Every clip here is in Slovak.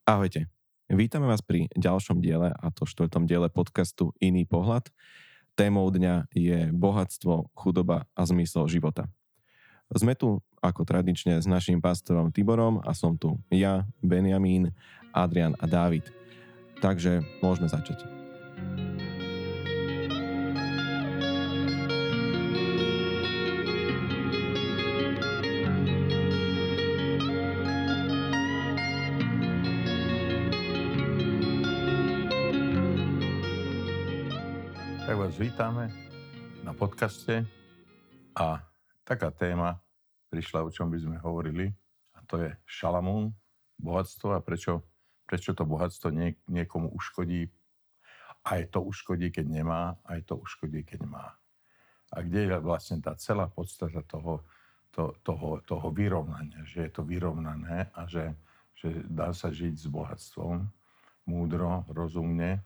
Ahojte. Vítame vás pri ďalšom diele, a to štvrtom diele podcastu Iný pohľad. Témou dňa je bohatstvo, chudoba a zmysel života. Sme tu ako tradične s naším pastorom Tiborom a som tu ja, Benjamín, Adrian a Dávid. Takže môžeme začať. Tak vás vítame na podcaste a taká téma prišla, o čom by sme hovorili, a to je Šalamún, bohatstvo a prečo to bohatstvo niekomu uškodí. Aj to uškodí, keď nemá, aj to uškodí, keď má. A kde je vlastne tá celá podstata toho vyrovnania, že je to vyrovnané a že dá sa žiť s bohatstvom múdro, rozumne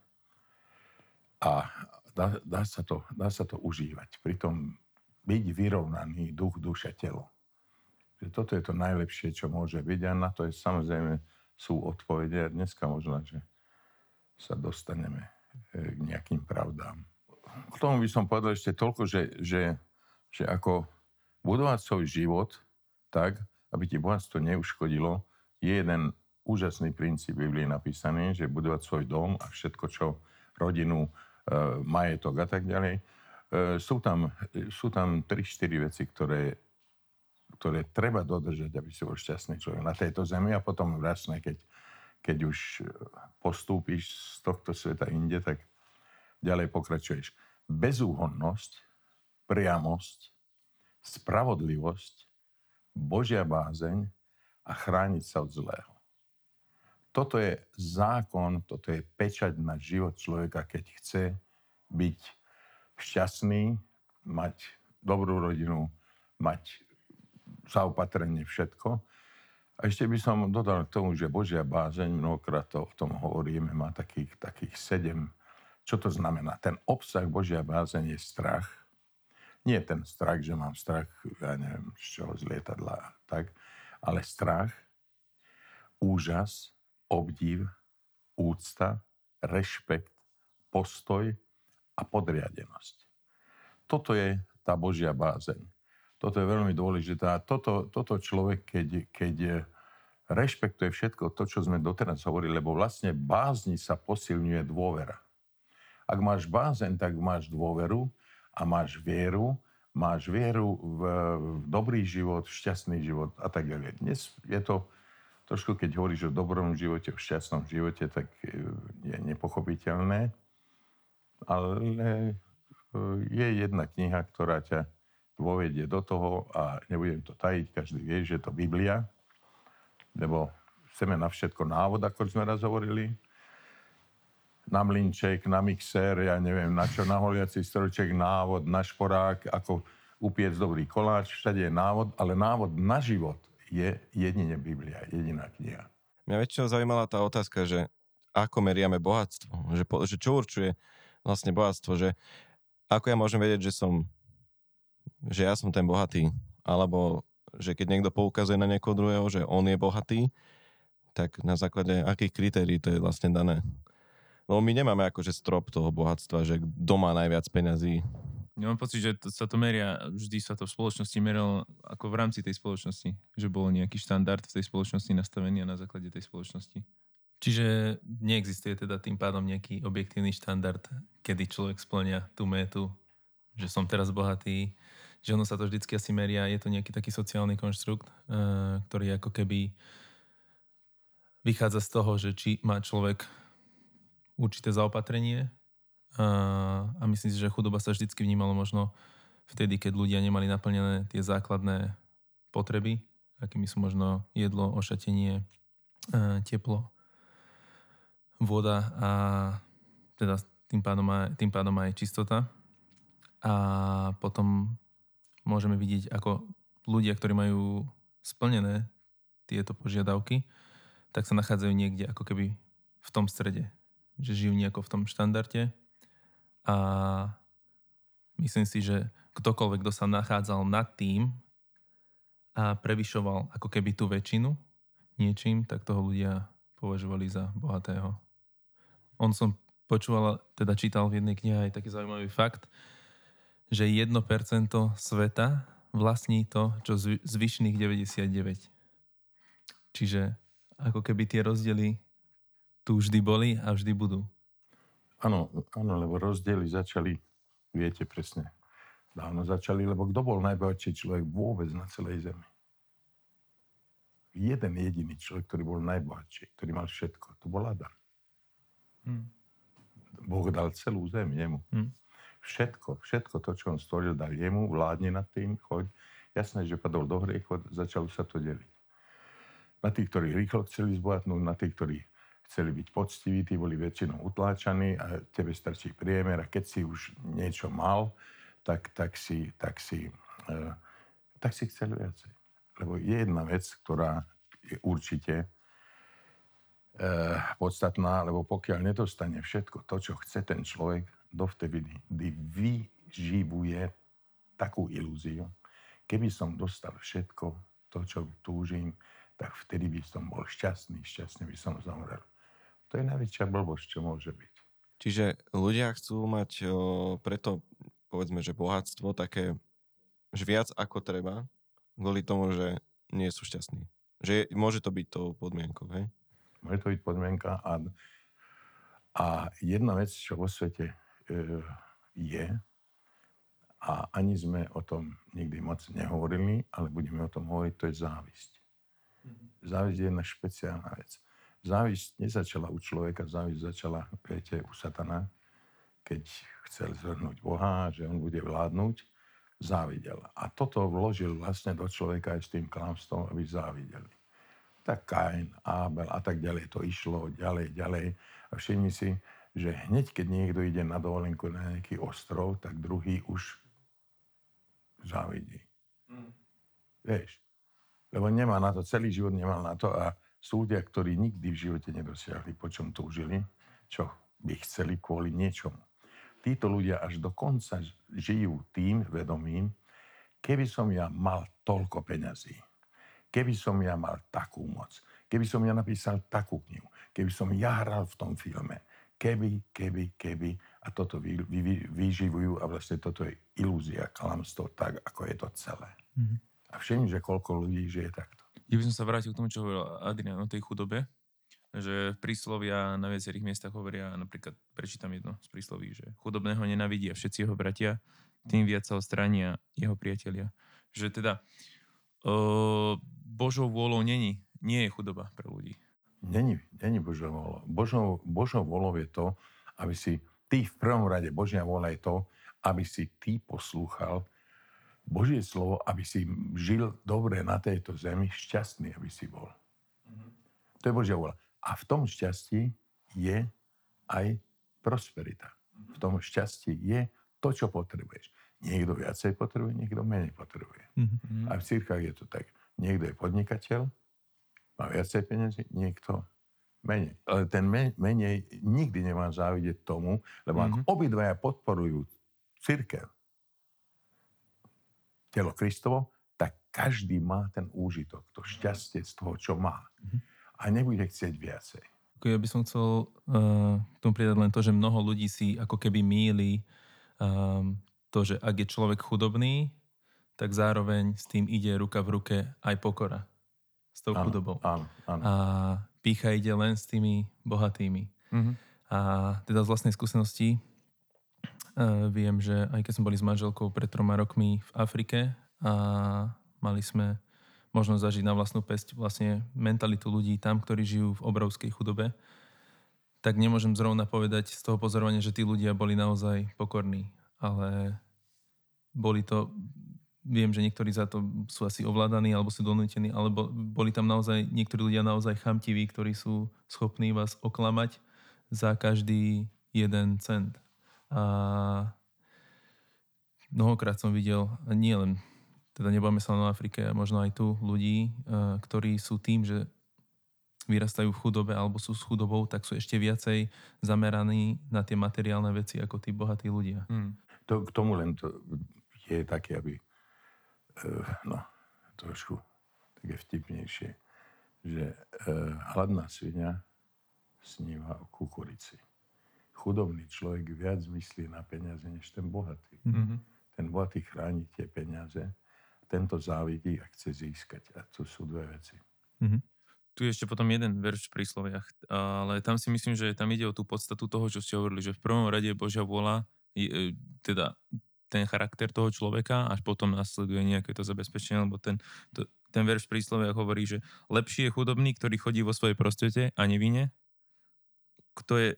a dá sa to užívať. Pritom byť vyrovnaný duch, duša, telo. Že toto je to najlepšie, čo môže byť a na to je samozrejme sú odpovede a dneska možno, že sa dostaneme k nejakým pravdám. K tomu by som povedal ešte toľko, že ako budovať svoj život tak, aby ti bohatstvo neuškodilo, je jeden úžasný princíp Biblie napísaný, že budovať svoj dom a všetko, čo rodinu, majetok a tak ďalej. Sú tam 3-4 veci, ktoré treba dodržať, aby si bol šťastný človek na tejto zemi a potom vlastne, keď už postúpiš z tohto sveta inde, tak ďalej pokračuješ. Bezúhonnosť, priamosť, spravodlivosť, Božia bázeň a chrániť sa od zlého. Toto je zákon, toto je pečať na život človeka, keď chce byť šťastný, mať dobrú rodinu, mať zaopatrenie všetko. A ešte by som dodal k tomu, že Božia bázeň, mnohokrát to o tom hovoríme, má takých 7. Čo to znamená? Ten obsah Božia bázeň je strach. Nie ten strach, že mám strach, ja neviem, z čoho, z lietadla, tak, ale strach, úžas, obdiv, úcta, rešpekt, postoj a podriadenosť. Toto je tá Božia bázeň. Toto je veľmi dôležité. Toto človek, keď rešpektuje všetko to, čo sme doteraz hovorili, lebo vlastne bázni sa posilňuje dôvera. Ak máš bázeň, tak máš dôveru a máš vieru v dobrý život, šťastný život a tak ďalej. Dnes je to trošku, keď hovoríš o dobrom živote, o šťastnom živote, tak je nepochopiteľné. Ale je jedna kniha, ktorá ťa dôvedie do toho a nebudem to tajiť, každý vie, že je to Biblia, lebo chceme na všetko návod, ako sme raz hovorili. Na mlynček, na mixér, ja neviem, na čo, na holiaci stroček, návod, na šporák, ako upiec dobrý koláč, všade je návod, ale návod na život je jedine Biblia, jediná kniha. Mňa väčšinou zaujímala tá otázka, že ako meriame bohatstvo, že čo určuje vlastne bohatstvo, že ako ja môžem vedieť, že ja som ten bohatý, alebo že keď niekto poukazuje na niekoho druhého, že on je bohatý, tak na základe akých kritérií to je vlastne dané. No my nemáme akože strop toho bohatstva, že kto má najviac peňazí. Ja mám pocit, že sa to meria, vždy sa to v spoločnosti merilo ako v rámci tej spoločnosti, že bol nejaký štandard v tej spoločnosti nastavený a na základe tej spoločnosti. Čiže neexistuje teda tým pádom nejaký objektívny štandard, kedy človek spĺňa tú métu, že som teraz bohatý, že ono sa to vždycky asi meria, je to nejaký taký sociálny konštrukt, ktorý ako keby vychádza z toho, že či má človek určité zaopatrenie a myslím si, že chudoba sa vždycky vnímalo možno vtedy, keď ľudia nemali naplnené tie základné potreby, akými sú možno jedlo, ošatenie, teplo, voda a teda tým pádom aj čistota. A potom môžeme vidieť, ako ľudia, ktorí majú splnené tieto požiadavky, tak sa nachádzajú niekde ako keby v tom strede. Že žijú nejako v tom štandarde a myslím si, že ktokoľvek, kto sa nachádzal nad tým a prevyšoval ako keby tú väčšinu niečím, tak toho ľudia považovali za bohatého. Som čítal v jednej knihe aj taký zaujímavý fakt, že 1% sveta vlastní to, čo zvyšných 99. Čiže ako keby tie rozdiely tu vždy boli a vždy budú. Áno, lebo rozdiely začali, viete presne, dávno začali, lebo kto bol najbohatší človek vôbec na celej zemi? Jeden jediný človek, ktorý bol najbohatší, ktorý mal všetko, to bol Adam. Boh dal celú zem jemu. Všetko to, čo on stvoril, dal jemu, vládne nad tým, choď. Jasné, že padol do hriechu, začalo sa to deliť. Na tých, ktorí rýchlo chceli zbohatnúť, na tých, ktorí chceli byť poctiví, tí boli väčšinou utláčaní a tebe stačí priemer a keď si už niečo mal, tak si chcel viacej. Lebo je jedna vec, ktorá je určite podstatná, lebo pokiaľ nedostane všetko to, čo chce ten človek, dovtedy vyživuje takú ilúziu. Keby som dostal všetko to, čo túžim, tak vtedy by som bol šťastný by som zomrel. To je najväčšia blbosť, čo môže byť. Čiže ľudia chcú mať preto, povedzme, že bohatstvo také, že viac ako treba, kvôli tomu, že nie sú šťastní. Že môže to byť tou podmienkou, hej? Môže to byť podmienka a jedna vec, čo vo svete je, a ani sme o tom nikdy moc nehovorili, ale budeme o tom hovoriť, to je závisť. Závisť je jedna špeciálna vec. Závisť nezačala u človeka, závisť začala, viete, u satana, keď chcel zvrhnúť Boha, že on bude vládnuť, závidel. A toto vložil vlastne do človeka aj s tým klamstvom, aby závideli. Tak Kain, Abel a tak ďalej, to išlo ďalej. A všimni si, že hneď, keď niekto ide na dovolenku na nejaký ostrov, tak druhý už závidí. Vieš, lebo nemá na to, celý život nemal na to a sú ľudia, ktorí nikdy v živote nedosiahli, po čom túžili, čo by chceli kvôli niečomu. Títo ľudia až do konca žijú tým vedomím, keby som ja mal toľko peňazí, keby som ja mal takú moc, keby som ja napísal takú knihu, keby som ja hral v tom filme, keby, a toto vyživujú a vlastne toto je ilúzia, klamstvo, tak ako je to celé. A všimni, že koľko ľudí žije takto. Ja by som sa vrátil k tomu, čo hovoril Adrian o tej chudobe, že príslovia na viacerých miestach hovoria, napríklad prečítam jedno z prísloví, že chudobného nenávidia všetci jeho bratia, tým viac sa odstránia jeho priatelia. Že teda Božou vôľou nie je chudoba pre ľudí. Není Božou vôľou. Božou vôľou je to, aby si ty v prvom rade, Božia vôľa je to, aby si ty poslúchal Božie slovo, aby si žil dobre na tejto zemi, šťastný, aby si bol. To je Božia vôľa. A v tom šťastí je aj prosperita. V tom šťastí je to, čo potrebuješ. Niekto viacej potrebuje, niekto menej potrebuje. A v cirkách je to tak. Niekto je podnikateľ, má viacej peniazy, niekto menej. Ale ten menej nikdy nemá závidieť tomu, lebo ak obidvaja podporujú cirkev, telo Kristovo, tak každý má ten úžitok, to šťastie z toho, čo má. A nebude chcieť viacej. Ja by som chcel k tomu pridať len to, že mnoho ľudí si ako keby mýli to, že ak je človek chudobný, tak zároveň s tým ide ruka v ruke aj pokora. S tou chudobou. Áno. A pýcha ide len s tými bohatými. A teda z vlastnej skúsenosti viem, že aj keď sme boli s manželkou pred 3 rokmi v Afrike a mali sme možnosť zažiť na vlastnú päsť vlastne mentalitu ľudí tam, ktorí žijú v obrovskej chudobe, tak nemôžem zrovna povedať z toho pozorovania, že tí ľudia boli naozaj pokorní. Ale boli to, viem, že niektorí za to sú asi ovládaní alebo sú donútení, alebo boli tam naozaj niektorí ľudia naozaj chamtiví, ktorí sú schopní vás oklamať za každý 1 cent. A mnohokrát som videl, nie len, teda nebáme sa len o Afrike, možno aj tu ľudí, ktorí sú tým, že vyrastajú v chudobe alebo sú s chudobou, tak sú ešte viacej zameraní na tie materiálne veci ako tí bohatí ľudia. To, k tomu len to je také, aby trošku také vtipnejšie, že hladná sviňa sníva o kukurici. Chudobný človek viac myslí na peniaze, než ten bohatý. Ten bohatý chráni tie peniaze, tento závidí a chce získať. A to sú dve veci. Tu je ešte potom jeden verš v prísloviach, ale tam si myslím, že tam ide o tú podstatu toho, čo ste hovorili, že v prvom rade je Božia vôľa, teda ten charakter toho človeka, až potom nasleduje nejaké to zabezpečenie, lebo ten verš v prísloviach hovorí, že lepší je chudobný, ktorý chodí vo svojej prostote a nevine, kto je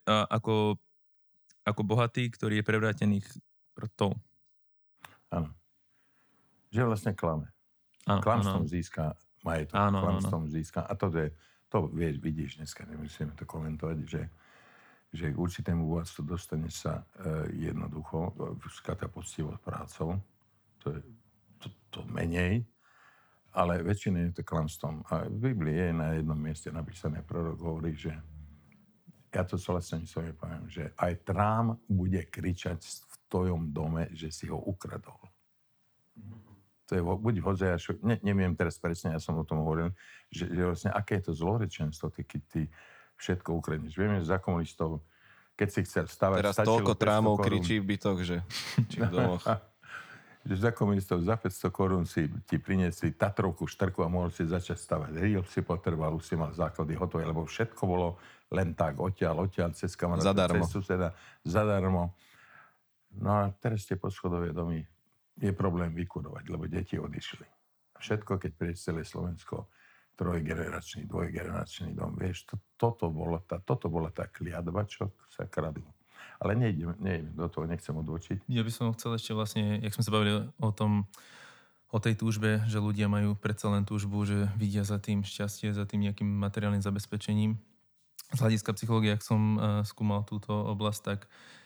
ako bohatý, ktorý je prevrátený rtou. Áno. Že vlastne klame. Klamstvom získa majetok. Klamstvom získa. A to vidíš dneska, nemusíme to komentovať, že k určitému bohatstvu dostane sa jednoducho, skrátka poctivo prácou. To je to menej, ale väčšinou je to klamstvom. A v Biblii je na jednom mieste napísané, prorok hovorí, že ja to vlastne poviem, že aj trám bude kričať v tvojom dome, že si ho ukradol. To je buď v Hozeášu, neviem teraz presne, ja som o tom hovoril, že vlastne aké je to zlorečenstvo, keď ty všetko ukradneš. Vieme, že za komunistov, keď si chcel stavať, teraz toľko trámov kričí v bytoch, že či v domoch. Že za komunistov za 500 korún si ti priniesli Tatrovku, štrku a mohol si začať stavať. Rýl si potreboval, už si mal základy hotové, lebo všetko bolo len tak, odtiaľ, cez kamaráta, cez suseda, zadarmo. No a teraz tie poschodové domy je problém vykurovať, lebo deti odišli. Všetko, keď príde celé Slovensko, trojgeneračný, dvojgeneračný dom, vieš, toto bola tá kliatba, čo sa kradlo. Ale nejdem do toho, nechcem odvočiť. Ja by som chcel ešte vlastne, jak sme sa bavili o tej túžbe, že ľudia majú predsa len túžbu, že vidia za tým šťastie, za tým nejakým materiálnym zabezpečením. Z hľadiska psychológie, ak som skúmal túto oblasť, tak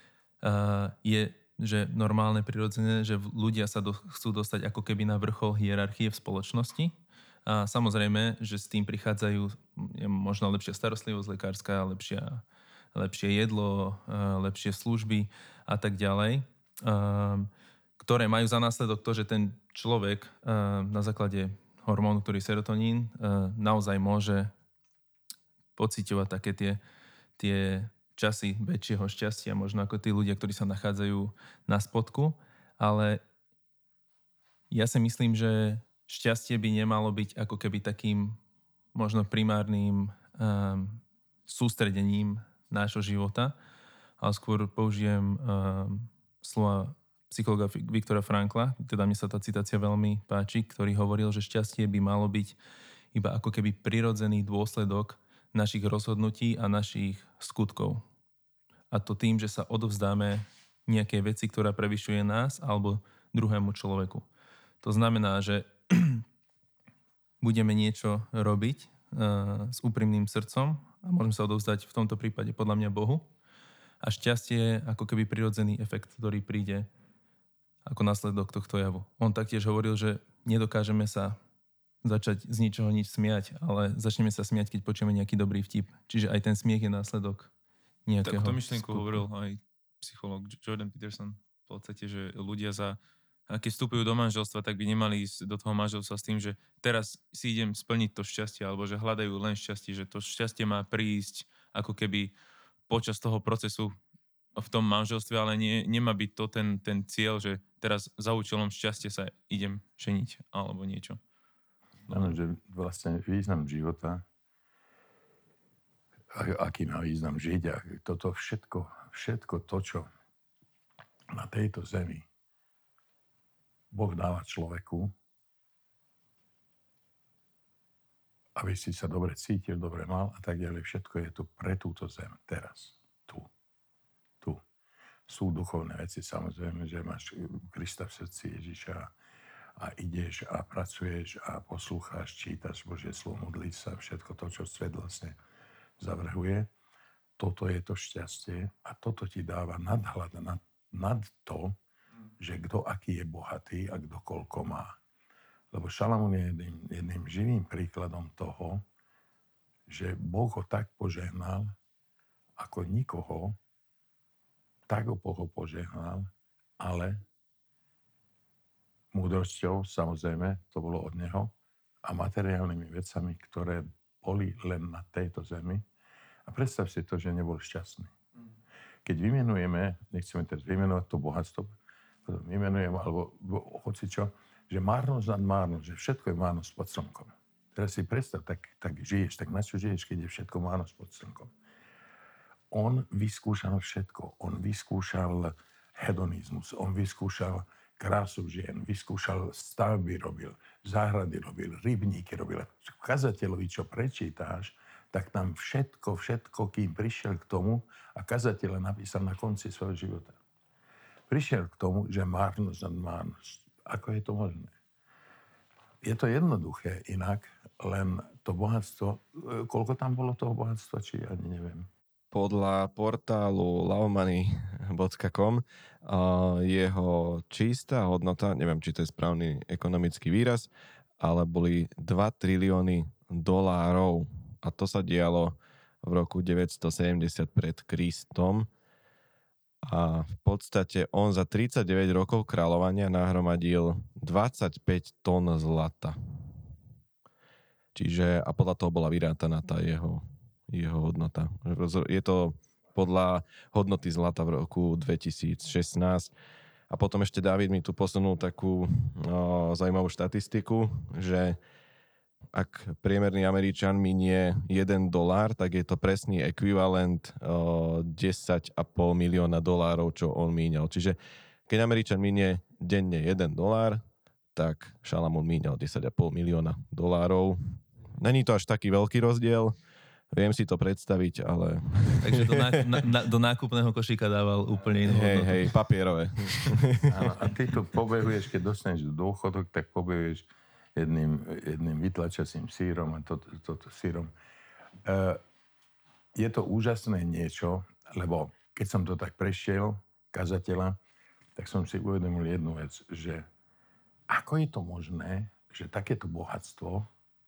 je, že normálne, prirodzené, že ľudia sa chcú dostať ako keby na vrchol hierarchie v spoločnosti. A samozrejme, že s tým prichádzajú možno lepšia starostlivosť lekárska, lepšie jedlo, lepšie služby a tak ďalej, ktoré majú za následok to, že ten človek na základe hormónu, ktorý je serotonín, naozaj môže pociťovať také tie časy väčšieho šťastia, možno ako tí ľudia, ktorí sa nachádzajú na spodku, ale ja si myslím, že šťastie by nemalo byť ako keby takým možno primárnym sústredením nášho života, ale skôr použijem slova psychologa Viktora Frankla, teda mne sa tá citácia veľmi páči, ktorý hovoril, že šťastie by malo byť iba ako keby prirodzený dôsledok našich rozhodnutí a našich skutkov. A to tým, že sa odovzdáme nejaké veci, ktorá prevyšuje nás alebo druhému človeku. To znamená, že budeme niečo robiť s úprimným srdcom a môžeme sa odovzdať v tomto prípade podľa mňa Bohu. A šťastie je ako keby prirodzený efekt, ktorý príde ako následok tohto javu. On taktiež hovoril, že nedokážeme sa začať z ničoho nič smiať, ale začneme sa smiať, keď počujeme nejaký dobrý vtip. Čiže aj ten smiech je následok nejakého Takúto myšlienku skutku. hovoril aj psychológ Jordan Peterson. V podstate, že ľudia keď vstupujú do manželstva, tak by nemali ísť do toho manželstva s tým, že teraz si idem splniť to šťastie, alebo že hľadajú len šťastie, že to šťastie má prísť ako keby počas toho procesu v tom manželstve, ale nemá byť to ten cieľ, že teraz za účelom šťastia sa idem ženiť, alebo niečo. Áno, že vlastne význam života, aký má význam žiť a toto všetko to, čo na tejto zemi Boh dáva človeku, aby si sa dobre cítil, dobre mal a tak ďalej. Všetko je tu pre túto zem, teraz, tu. Sú duchovné veci, samozrejme, že máš Krista v srdci Ježiša a ideš a pracuješ a poslúcháš, čítaš Božie slovo, modlíš sa, všetko to, čo svet vlastne zavrhuje. Toto je to šťastie a toto ti dáva nadhľad nad to, že kto aký je bohatý a kto koľko má. Lebo Šalamún je jedným živým príkladom toho, že Boh ho tak požehnal, ako nikoho, tak ho požehnal, ale múdrosťou, samozrejme, to bolo od neho, a materiálnymi vecami, ktoré boli len na tejto zemi. A predstav si to, že nebol šťastný. Keď vymenujeme, nechceme teraz vymenovať to bohatstvo, vymenujeme, alebo hocičo, že márnosť nad márnosť, že všetko je márnosť pod slnkom. Teraz si predstav, tak žiješ, tak na čo žiješ, keď je všetko márnosť pod slnkom. On vyskúšal všetko. On vyskúšal hedonizmus, on vyskúšal krásu žien, vyskúšal stavby robil, záhrady robil, rybníky robil. V kazateľovi, čo prečítáš, tak tam všetko, kým prišiel k tomu, a kazateľ napísal na konci svojho života. Prišiel k tomu, že márnosť nad márnosť. Ako je to možné? Je to jednoduché inak, len to bohatstvo, koľko tam bolo toho bohatstva, či ani neviem. Podľa portálu lovemoney.com jeho čistá hodnota, neviem, či to je správny ekonomický výraz, ale boli 2 trilióny dolárov. A to sa dialo v roku 970 pred Kristom. A v podstate on za 39 rokov kráľovania nahromadil 25 tón zlata. Čiže, a podľa toho bola vyrátaná tá jeho hodnota. Je to podľa hodnoty zlata v roku 2016. A potom ešte Dávid mi tu posunul takú zaujímavú štatistiku, že ak priemerný Američan minie $1, tak je to presný ekvivalent $10,5 milióna, čo on míňal. Čiže keď Američan minie denne $1, tak Šalamún míňal $10,5 milióna. Není to až taký veľký rozdiel, viem si to predstaviť, ale... Takže do nákupného košíka dával úplne inú hodnotu. Hej, papierové. Áno, a ty tu pobehuješ, keď dostaneš dôchodok, tak pobehuješ jedným vytlačacím sírom a toto sírom. Je to úžasné niečo, lebo keď som to tak prešiel, kazateľa, tak som si uvedomil jednu vec, že ako je to možné, že takéto bohatstvo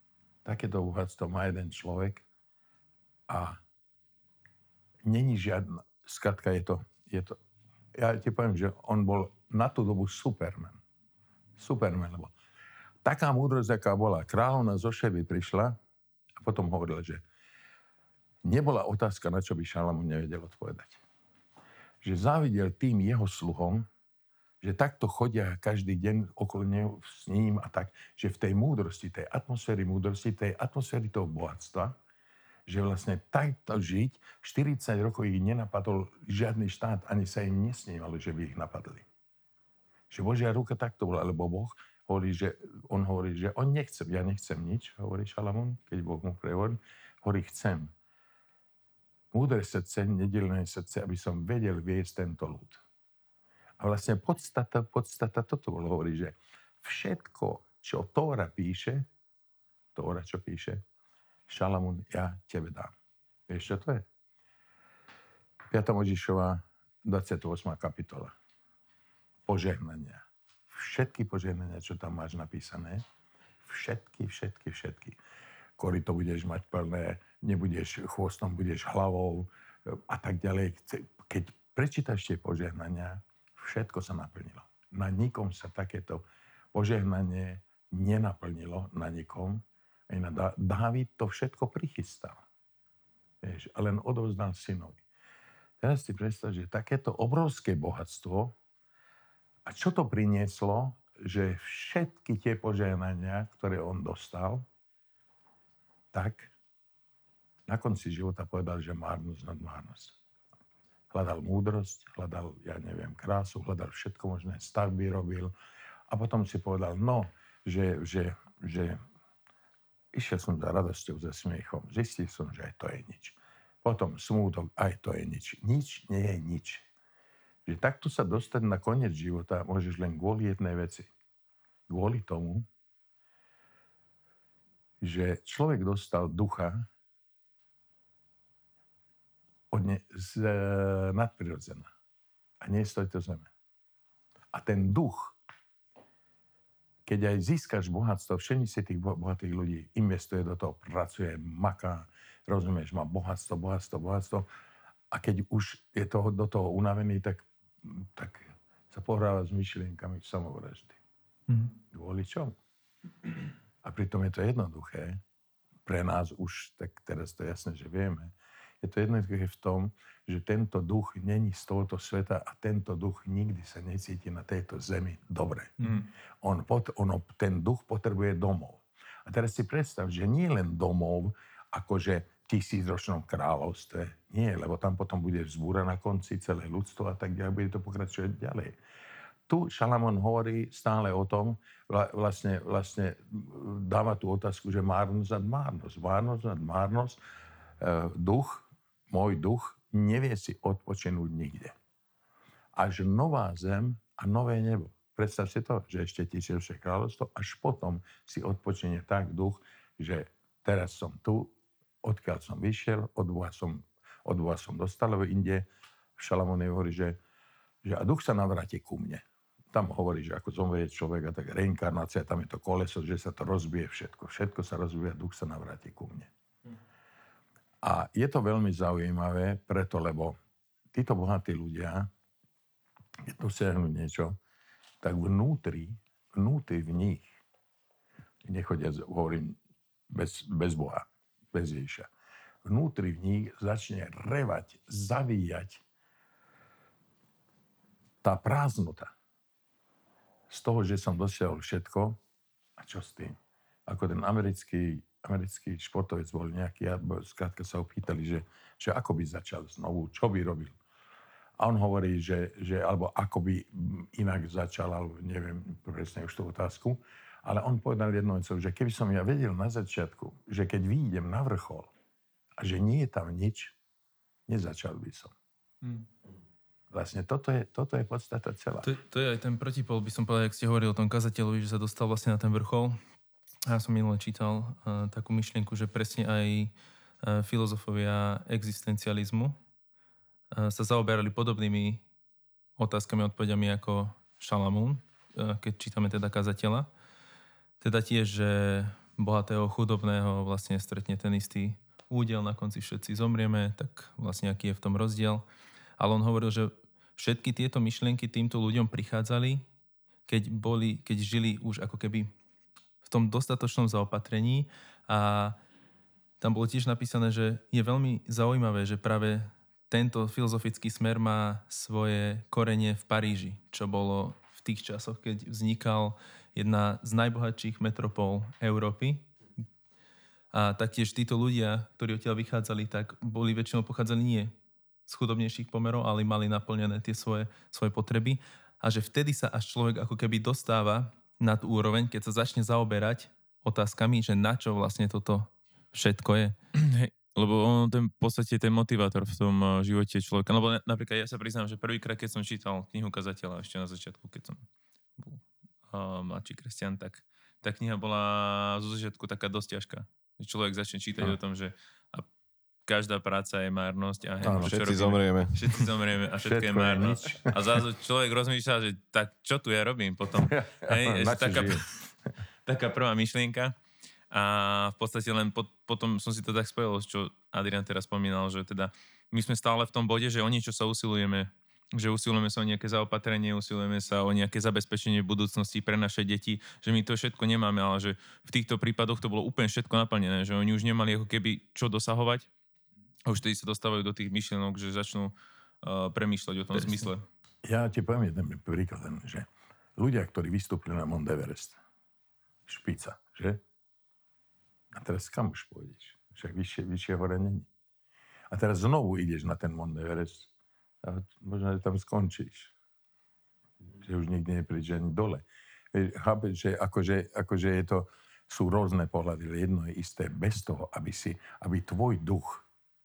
má jeden človek a není žiadna, skrátka je to, ja ti poviem, že on bol na tú dobu Superman, lebo taká múdrosť, aká bola. Kráľovna zo Šeby prišla a potom hovorila, že nebola otázka, na čo by Šalamún nevedel odpovedať. Že závidel tým jeho sluhom, že takto chodia každý deň okolo neho s ním a tak, že v tej múdrosti, tej atmosféry múdrosti, tej atmosféry toho bohatstva, že vlastne takto žiť, 40 rokov ich nenapadol žiadny štát, ani sa im nesnívalo, že by ich napadli. Že Božia ruka takto bola, lebo Boh hovorí, že on nechce, ja nechcem nič, hovorí Šalamún, keď Boh mu hovorí, chcem. Múdre srdce, nedelné srdce, aby som vedel viesť tento ľud. A vlastne podstata toto bolo, hovorí, že všetko, čo Tóra píše, Šalamún, ja tebe dám. Vieš, čo to je? 5. Mojžišova, 28. kapitola. Požehnania. Všetky požehnania, čo tam máš napísané, všetky. Koryto budeš mať plné, nebudeš chvostom, budeš hlavou a tak ďalej. Keď prečítaš tie požehnania, všetko sa naplnilo. Na nikom sa takéto požehnanie nenaplnilo, na nikom. Aj na Dávid to všetko prichystal. Vieš, a len odovzdal synovi. Teraz si predstav, že takéto obrovské bohatstvo. A čo to prinieslo? Že všetky tie požehnania, ktoré on dostal, tak na konci života povedal, že márnosť nad márnosť. Hľadal múdrosť, hľadal, krásu, hľadal všetko možné, stavby robil. A potom si povedal, že išiel som za radosťou, za smiechom. Zistil som, že aj to je nič. Potom smútok, aj to je nič. Nič nie je nič. Že takto sa dostať na koniec života môžeš len kvôli jednej veci. Kvôli tomu, že človek dostal ducha z nadprirodzená. A nie z tejto zeme. A ten duch, keď aj získaš bohatstvo, všimni si tých bohatých ľudí, investuje do toho, pracuje, maká, rozumieš, má bohatstvo. A keď už je do toho unavený, tak sa pohráva s myšlienkami samovraždy. Kvôli čomu? A pritom je to jednoduché. Pre nás už, tak teraz to jasné, že vieme, Je to jednoduché v tom, že tento duch není z tohoto sveta a tento duch nikdy sa necíti na tejto zemi dobre. Ten duch potrebuje domov. A teraz si predstav, že nie len domov, akože v 1000-ročnom kráľovstve. Nie, lebo tam potom bude vzbúra na konci celé ľudstvo a tak ďalej, bude to pokračovať ďalej. Tu Šalamún hovorí stále o tom, vlastne dáva tú otázku, že márnosť nad márnosť. Márnosť nad márnosť. Môj duch nevie si odpočinúť nikde. Až nová zem a nové nebo. Predstav si to, že ešte 1000-ročné kráľovstvo, až potom si odpočinie tak duch, že teraz som tu, odkiaľ som vyšiel, od Boha som dostal, lebo inde Šalamún hovorí, že a duch sa navráti ku mne. Tam hovorí, že ako zomrie človek a tak reinkarnácia, tam je to koleso, že sa to rozbije všetko. Všetko sa rozbije, duch sa navráti ku mne. A je to veľmi zaujímavé, preto, lebo títo bohatí ľudia, keď dosiahnu niečo, tak vnútri v nich, nechodia, hovorím, bez Boha, bez Ježiša, vnútri v nich začne revať, zavíjať tá prázdnota z toho, že som dosiahol všetko. A čo s tým? Ako ten americký športovec bol nejaký, skrátka sa ho pýtali, že ako by začal znovu, čo by robil. A on hovorí, že alebo ako by inak začal, alebo neviem presne už tú otázku, ale on povedal jednu vec, že keby som ja vedel na začiatku, že keď výjdem na vrchol a že nie je tam nič, nezačal by som. Vlastne toto je podstata celá. To je aj ten protipol, by som povedal, jak ste hovorili o tom kazateľovi, že sa dostal vlastne na ten vrchol. Ja som minule čítal takú myšlienku, že presne aj filozofovia existencializmu sa zaoberali podobnými otázkami a odpovediami ako Šalamún, keď čítame teda kazateľa. Teda tiež, že bohatého, chudobného vlastne stretne ten istý údel, na konci všetci zomrieme, tak vlastne aký je v tom rozdiel. Ale on hovoril, že všetky tieto myšlienky týmto ľuďom prichádzali, keď žili už ako keby v tom dostatočnom zaopatrení. A tam bolo tiež napísané, že je veľmi zaujímavé, že práve tento filozofický smer má svoje korene v Paríži, čo bolo v tých časoch, keď vznikal jedna z najbohatších metropol Európy. A taktiež títo ľudia, ktorí odtiaľ vychádzali, tak boli väčšinou pochádzali nie z chudobnejších pomerov, ale mali naplnené tie svoje potreby. A že vtedy sa až človek ako keby dostáva na tú úroveň, keď sa začne zaoberať otázkami, že na čo vlastne toto všetko je. Hej, lebo on v podstate ten motivátor v tom živote človeka. Lebo napríklad ja sa priznám, že prvýkrát, keď som čítal knihu Kazateľa, ešte na začiatku, keď som bol mladší kresťan, tak tá kniha bola zo začiatku taká dosť ťažká. Človek začne čítať o tom, že každá práca je márnosť a všetci zomrieme. Všetci zomrieme a všetko je márnosť. A zrazu človek rozmýšľa, že tak čo tu ja robím potom? Hej, taká prvá myšlienka. A v podstate len potom som si to tak spojil, čo Adrian teraz spomínal, že teda my sme stále v tom bode, že o niečo sa usilujeme. Že usilujeme sa o nejaké zaopatrenie, usilujeme sa o nejaké zabezpečenie budúcnosti pre naše deti, že my to všetko nemáme, ale že v týchto prípadoch to bolo úplne všetko naplnené, že oni už nemali ako keby čo dosahovať. A už tedy sa dostávajú do tých myšlienok, že začnú premýšľať o tom zmysle. Ja ti poviem jeden príklad, že ľudia, ktorí vystúpili na Mount Everest, špica, že? A teraz kam už pôjdeš? Však vyššie hore není. A teraz znovu ideš na ten Mount Everest a možno, že tam skončíš. Že už nikdy neprídeš ani dole. Chápeš, že akože je to, sú rôzne pohľady, ale jedno je isté, bez toho, aby tvoj duch.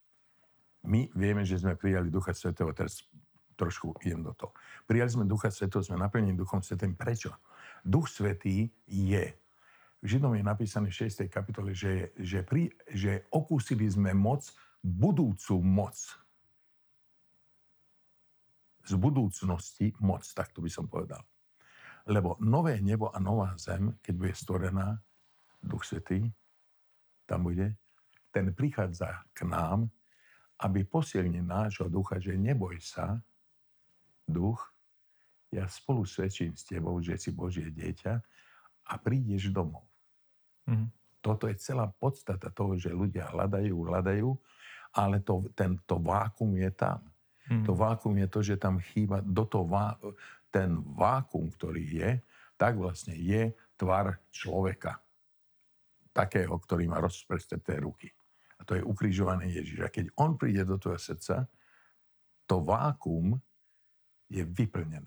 My vieme, že sme prijali Ducha Svätého, teraz trošku idem do toho. Prijali sme Ducha Svätého, sme naplnení Duchom Svätým. Prečo? Duch Svätý je, v Židom je napísané v 6. kapitole, že okúsili sme moc, budúcu moc. Z budúcnosti moc, tak to by som povedal. Lebo nové nebo a nová zem, keď bude stvorená, Duch Svätý, tam bude, ten prichádza k nám, aby posilnil nášho ducha, že neboj sa, duch, ja spolu svedčím s tebou, že si Božie dieťa a prídeš domov. Toto je celá podstata toho, že ľudia hľadajú ale to vákuum je tam. To vákuum je to, že tam chýba ten vákuum, ktorý je, tak vlastne je tvar človeka. Takého, ktorý má rozprestreté ruky. A to je ukrižovaný Ježiš. A keď on príde do tvojho srdca, to vákuum je vyplnené.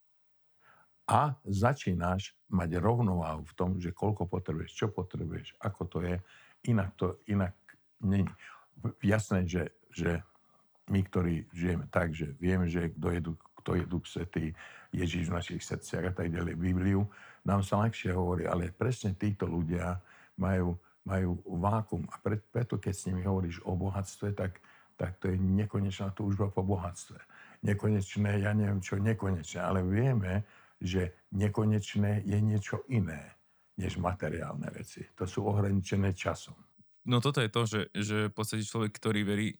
A začínaš mať rovnováhu v tom, že koľko potrebuješ, čo potrebuješ, ako to je. Inak není. Jasné, že my, ktorí žijeme tak, že vieme, že kto je Duch Svätý, Ježiš v našich srdciach a tak ďalej, Bibliu, nám sa ľahšie hovorí, ale presne títo ľudia majú vákum. A preto, keď s nimi hovoríš o bohatstve, tak to je nekonečná túžba po bohatstve. Nekonečné, ja neviem čo, nekonečné, ale vieme, že nekonečné je niečo iné, než materiálne veci. To sú ohraničené časom. No toto je to, že v podstate človek, ktorý verí,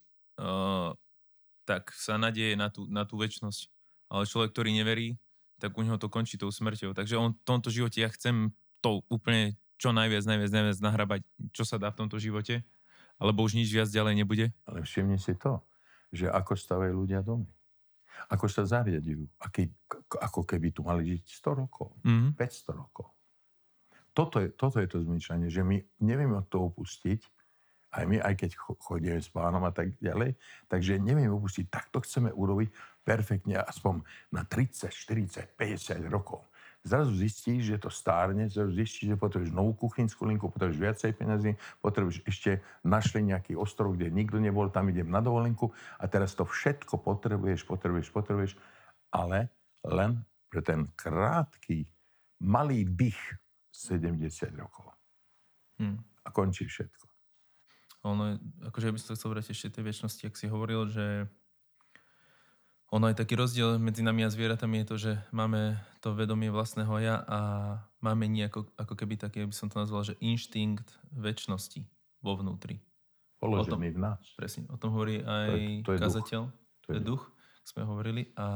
tak sa nadieje na tú večnosť. Ale človek, ktorý neverí, tak u neho to končí tou smrťou. Takže on v tomto živote, ja chcem to úplne čo najviac nahrabať, čo sa dá v tomto živote, alebo už nič viac ďalej nebude. Ale všimni si to, že ako stavajú ľudia domy. Ako sa zariadujú. Ako keby tu mali žiť 100 rokov, 500 rokov. Toto je to zmýšľanie, že my nevieme od toho upustiť, aj keď chodíme s pánom a tak ďalej, takže nevieme upustiť, tak to chceme urobiť perfektne, aspoň na 30, 40, 50 rokov. Zrazu zistíš, že to stárne, zrazu zistíš, že potrebuješ novú kuchynskú linku, potrebuješ viacej peniazí, potrebuješ ešte našli nejaký ostrov, kde nikto nebol, tam idem na dovolenku a teraz to všetko potrebuješ, ale len pre ten krátky, malý dých 70 rokov. A končí všetko. Ono, akože ja by som chcel vrátiť ešte tej večnosti, ak si hovoril, že ono je taký rozdiel medzi nami a zvieratami je to, že máme to vedomie vlastného ja a máme ako keby také, by som to nazval, že inštinkt večnosti vo vnútri. Položený v nás. Presne, o tom hovorí aj to je kazateľ. To je duch, sme hovorili. A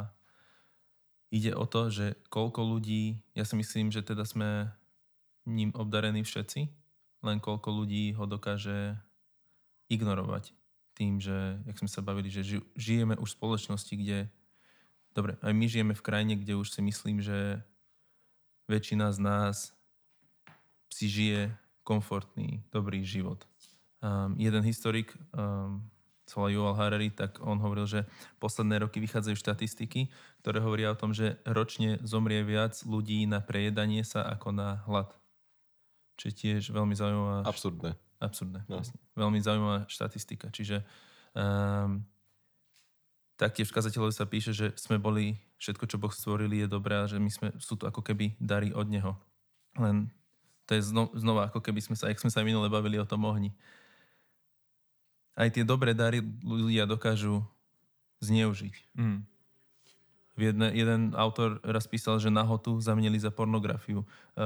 ide o to, že koľko ľudí, ja si myslím, že teda sme ním obdarení všetci, len koľko ľudí ho dokáže ignorovať. Tým, že, jak sme sa bavili, že žijeme už v spoločnosti, kde, dobre, aj my žijeme v krajine, kde už si myslím, že väčšina z nás si žije komfortný, dobrý život. Jeden historik, sa volá Yuval Harari, tak on hovoril, že posledné roky vychádzajú štatistiky, ktoré hovoria o tom, že ročne zomrie viac ľudí na prejedanie sa ako na hlad. Čo je tiež veľmi zaujímavá... Absurdné. No. Veľmi zaujímavá štatistika. Čiže taktiež v kazateľovi sa píše, že sme boli, všetko, čo Boh stvorili, je dobré a že sú to ako keby dary od Neho. Len to je znova ako keby sme sa minule bavili o tom ohni. Aj tie dobré dary ľudia dokážu zneužiť. Jeden autor raz písal, že nahotu zamenili za pornografiu.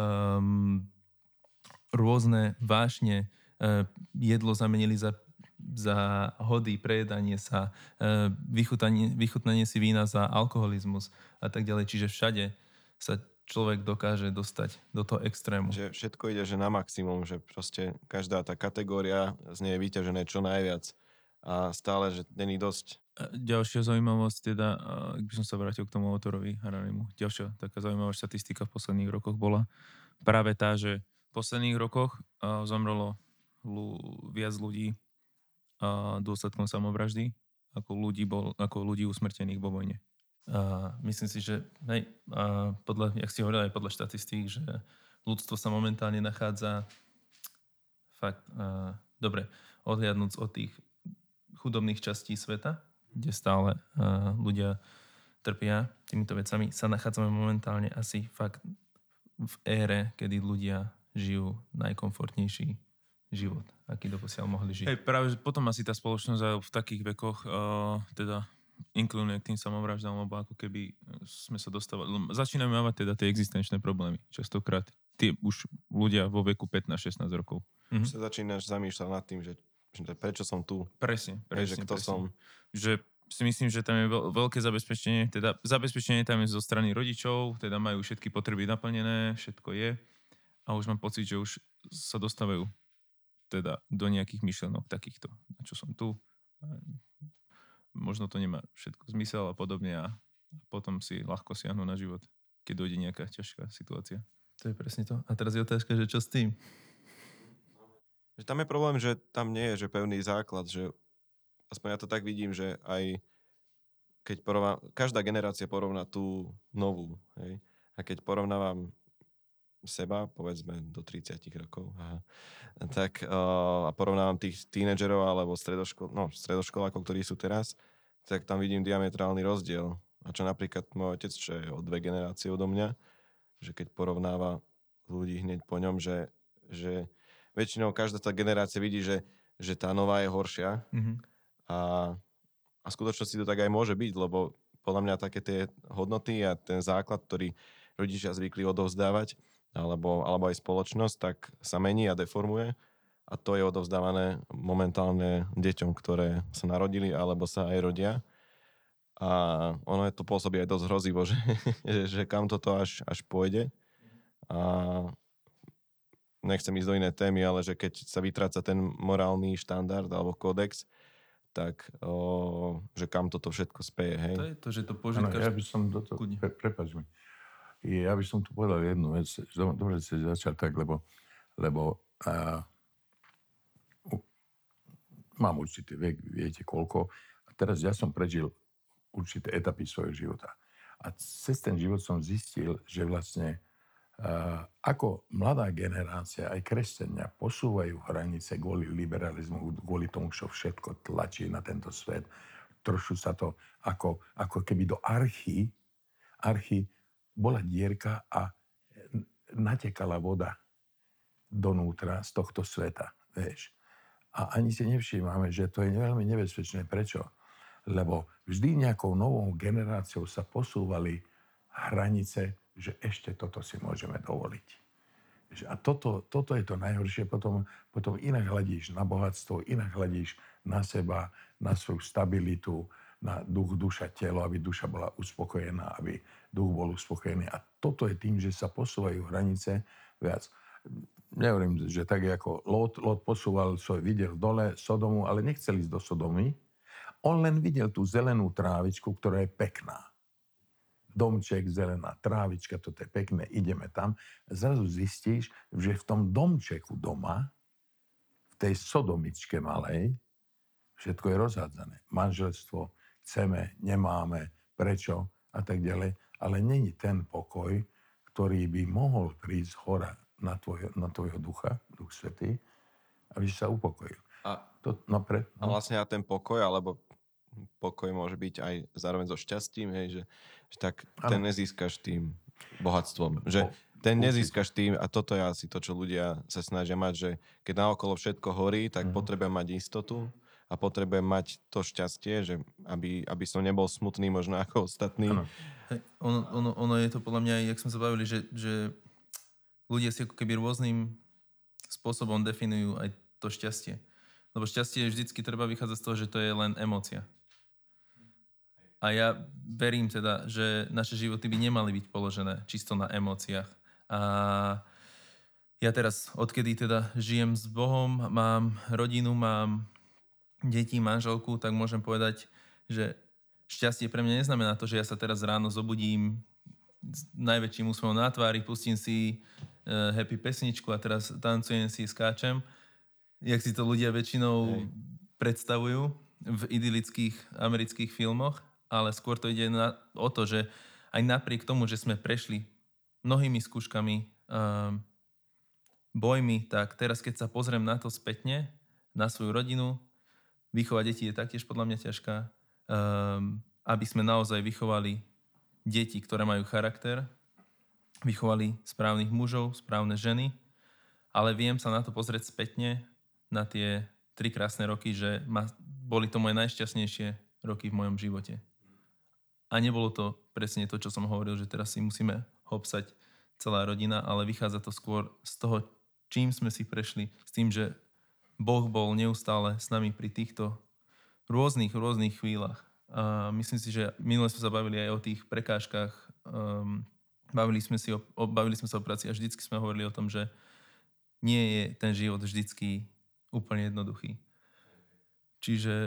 Rôzne vášne, jedlo zamenili za hody, prejedanie sa, vychutnanie si vína za alkoholizmus a tak ďalej. Čiže všade sa človek dokáže dostať do toho extrému. Že všetko ide že na maximum, že proste každá tá kategória z nej je vyťažené čo najviac a stále, že není dosť. Ďalšia zaujímavosť, teda, ak by som sa vrátil k tomu autorovi Hararimu, ďalšia taká zaujímavá štatistika v posledných rokoch bola práve tá, že v posledných rokoch zomrelo viac ľudí dôsledkom samovraždy, ako ľudí usmrtených vo vojne. Myslím si, že jak si hovoril aj podľa štatistík, že ľudstvo sa momentálne nachádza fakt dobre, odhliadnúc od tých chudobných častí sveta, kde stále ľudia trpia týmito vecami, sa nachádzame momentálne asi fakt v ére, kedy ľudia žijú najkomfortnejší život, aký doposiaľ mohli žiť. Hej, práve potom asi tá spoločnosť v takých vekoch teda inklinuje k tým samovraždám, lebo ako keby sme sa dostávali... Začíname mávať teda tie existenčné problémy. Častokrát tie už ľudia vo veku 15-16 rokov. Sa začínaš zamýšľať nad tým, že prečo som tu. Presne. Že kto som. Že si myslím, že tam je veľké zabezpečenie. Teda zabezpečenie tam je zo strany rodičov, teda majú všetky potreby naplnené, všetko je. A už mám pocit, že už sa dostávajú teda do nejakých myšlenok takýchto. Na čo som tu? možno to nemá všetko zmysel a podobne a potom si ľahko siahnu na život, keď dojde nejaká ťažká situácia. To je presne to. A teraz je otázka, že čo s tým? Že tam je problém, že tam nie je že pevný základ, že aspoň ja to tak vidím, že aj keď každá generácia porovná tú novú, hej? A keď porovnávam seba, povedzme do 30 rokov, tak a porovnávam tých tínedžerov alebo stredoškolákov, ktorí sú teraz, tak tam vidím diametrálny rozdiel. A čo napríklad môj otec, čo je o 2 generácie odo mňa, že keď porovnáva ľudí hneď po ňom, že väčšinou každá tá generácia vidí, že tá nová je horšia. Mm-hmm. A v skutočnosti to tak aj môže byť, lebo podľa mňa také tie hodnoty a ten základ, ktorý rodičia zvykli odovzdávať, alebo aj spoločnosť, tak sa mení a deformuje. A to je odovzdávané momentálne deťom, ktoré sa narodili alebo sa aj rodia. A ono je to pôsobí aj dosť hrozivo, že kam toto až pôjde. A nechcem ísť do iné témy, ale že keď sa vytráca ten morálny štandard alebo kódex, tak že kam toto všetko speje, hej? To je to, že to požitka... Ja by som prepáč mi. Ja by som tu povedal jednu vec. Dobre si začal tak, lebo mám určitý vek, viete koľko. A teraz ja som prežil určité etapy svojho života. A cez ten život som zistil, že vlastne ako mladá generácia, aj kresťania, posúvajú hranice kvôli liberalizmu, kvôli tomu, čo všetko tlačí na tento svet. Trošku sa to ako keby do archy bola dierka a natekala voda donútra z tohto sveta, vieš. A ani si nevšímame, že to je veľmi nebezpečné. Prečo? Lebo vždy nejakou novou generáciou sa posúvali hranice, že ešte toto si môžeme dovoliť. A toto je to najhoršie. Potom inak hľadíš na bohatstvo, inak hľadíš na seba, na svoju stabilitu, na duch, duša, telo, aby duša bola uspokojená, aby duch bol uspokojený. A toto je tým, že sa posúvajú hranice viac. Nehovorím, že tak ako Lot posúval videl dole Sodomu, ale nechcel ísť do Sodomy. On len videl tú zelenú trávičku, ktorá je pekná. Domček, zelená trávička, toto je pekné, ideme tam. Zrazu zistíš, že v tom domčeku doma, v tej sodomičke malej, všetko je rozhádzané. Manželstvo, chceme, nemáme, prečo a tak ďalej. Ale není ten pokoj, ktorý by mohol prísť hora na tvojho ducha, Duch Svätý, aby sa upokojil. A vlastne ten pokoj, alebo pokoj môže byť aj zároveň so šťastím, hej, že tak ten nezískaš tým bohatstvom. Že ten nezískaš tým, a toto je asi to, čo ľudia sa snažia mať, že keď naokolo všetko horí, tak potrebujem mať istotu a potrebujem mať to šťastie, že aby som nebol smutný možno ako ostatní. Hej, ono je to podľa mňa, jak sme sa bavili, že ľudia si ako keby rôznym spôsobom definujú aj to šťastie. Lebo šťastie vždycky treba vychádzať z toho, že to je len emócia. A ja verím teda, že naše životy by nemali byť položené čisto na emóciách. A ja teraz, odkedy teda žijem s Bohom, mám rodinu, mám deti, manželku, tak môžem povedať, že šťastie pre mňa neznamená to, že ja sa teraz ráno zobudím s najväčším úsmevom na tvári, pustím si happy pesničku a teraz tancujem si, skáčem. Jak si to ľudia väčšinou predstavujú v idylických amerických filmoch, ale skôr to ide o to, že aj napriek tomu, že sme prešli mnohými skúškami, bojmi, tak teraz, keď sa pozriem na to spätne, na svoju rodinu, vychovať deti je taktiež podľa mňa ťažká, aby sme naozaj vychovali deti, ktoré majú charakter, vychovali správnych mužov, správne ženy, ale viem sa na to pozrieť spätne, na tie 3 krásne roky, že boli to moje najšťastnejšie roky v mojom živote. A nebolo to presne to, čo som hovoril, že teraz si musíme hopsať celá rodina, ale vychádza to skôr z toho, čím sme si prešli, s tým, že Boh bol neustále s nami pri týchto rôznych chvíľach. A myslím si, že minule sme sa bavili aj o tých prekážkach, bavili sme sa o práci a vždycky sme hovorili o tom, že nie je ten život vždycky úplne jednoduchý. Čiže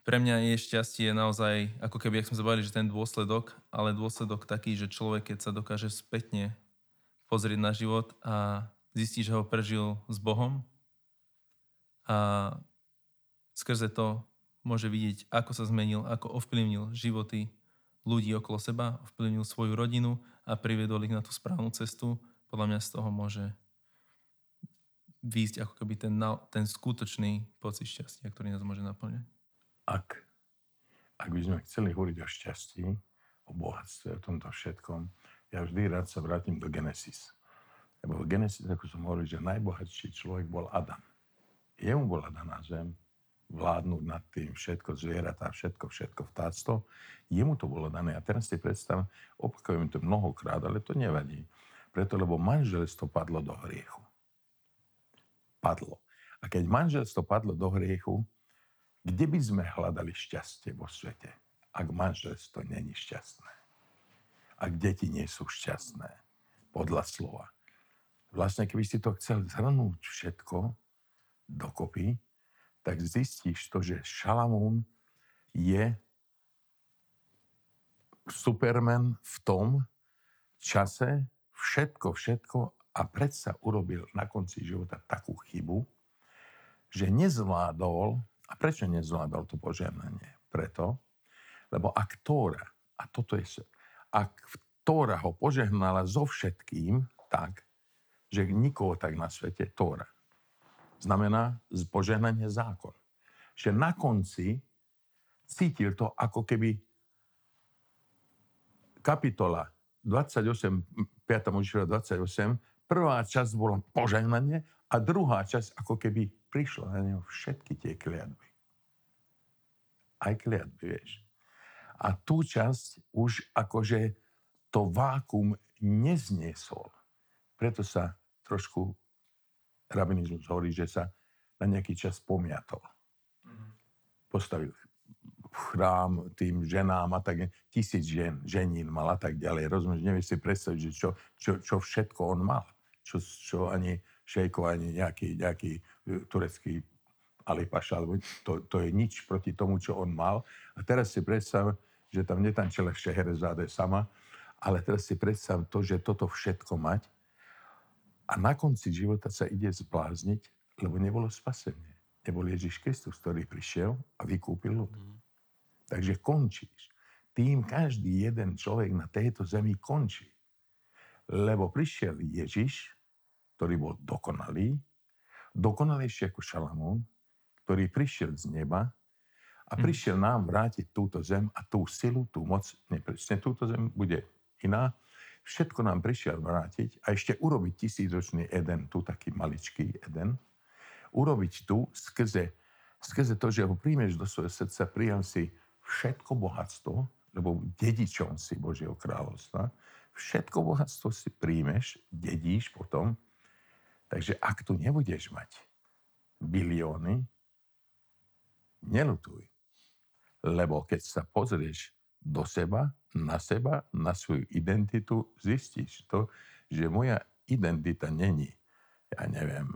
pre mňa je šťastie naozaj, ako keby, jak sme sa bavili, že ten dôsledok, ale dôsledok taký, že človek, keď sa dokáže spätne pozrieť na život a zistí, že ho prežil s Bohom a skrze to môže vidieť, ako sa zmenil, ako ovplyvnil životy ľudí okolo seba, ovplyvnil svoju rodinu a priviedol ich na tú správnu cestu. Podľa mňa z toho môže výjsť ako keby ten skutočný pocit šťastia, ktorý nás môže naplňať. Ak by sme chceli hovoriť o šťastí, o bohatstve, o tomto všetkom, ja vždy rád sa vrátim do Genesis. Lebo v Genesis, ako som hovoril, že najbohatší človek bol Adam. Jemu bola daná zem, vládnuť nad tým všetko, zvieratá, všetko vtáctvo. Jemu to bolo dané. A teraz si predstav, opakujem to mnohokrát, ale to nevadí. Preto, lebo manželstvo padlo do hriechu. Padlo. A keď manželstvo padlo do hriechu, kde by sme hľadali šťastie vo svete, ak manželstvo není šťastné? Ak deti nie sú šťastné, podľa slova. Vlastne, keby si to chcel zhrnúť všetko dokopy, tak zistíš to, že Šalamún je Superman v tom čase, všetko a predsa urobil na konci života takú chybu, že nezvládol. A prečo nezvládol to požehnanie? Preto, lebo ak Tóra, a toto je, ak Tóra ho požehnala so všetkým tak, že nikoho tak na svete, Tóra, znamená požehnanie zákon. Že na konci cítil to, ako keby kapitola 28, 5. Mojžišova 28, prvá časť bola požehnanie a druhá časť ako keby prišlo na neho všetky tie kliatby. Aj kliatby, vieš. A tú časť už akože to vákuum nezniesol. Preto sa trošku rabinizmus hovorí, že sa na nejaký čas pomiatol. Postavil chrám tým ženám a tak, 1000 ženín mal a tak ďalej. Rozumieš, nevieš si predstaviť, že čo všetko on mal. Čo ani šejko, ani nejaký turecký Ali Paša, alebo to je nič proti tomu, čo on mal. A teraz si predstav, že tam netančila Šeherezáde sama, ale teraz si predstav to, že toto všetko mať a na konci života sa ide zblázniť, lebo nebolo spasenie. Nebol Ježiš Kristus, ktorý prišiel a vykúpil ľud. Takže končíš. Tým každý jeden človek na tejto zemi končí. Lebo prišiel Ježiš, ktorý bol dokonalejší ako Šalamún, ktorý prišiel z neba a prišiel nám vrátiť túto zem a tú silu, tú moc, nepresne túto zem bude iná. Všetko nám prišiel vrátiť a ešte urobiť 1000-ročný Eden, tu taký maličký Eden, urobiť tu skrze to, že ho príjmeš do svojho srdca, prijal si všetko bohatstvo, lebo dedičom si Božieho kráľovstva, všetko bohatstvo si príjmeš, dedíš potom. Takže ak tu nebudeš mať bilióny, neľutuj. Lebo keď sa pozrieš do seba, na svoju identitu, zistíš to, že moja identita není, ja neviem,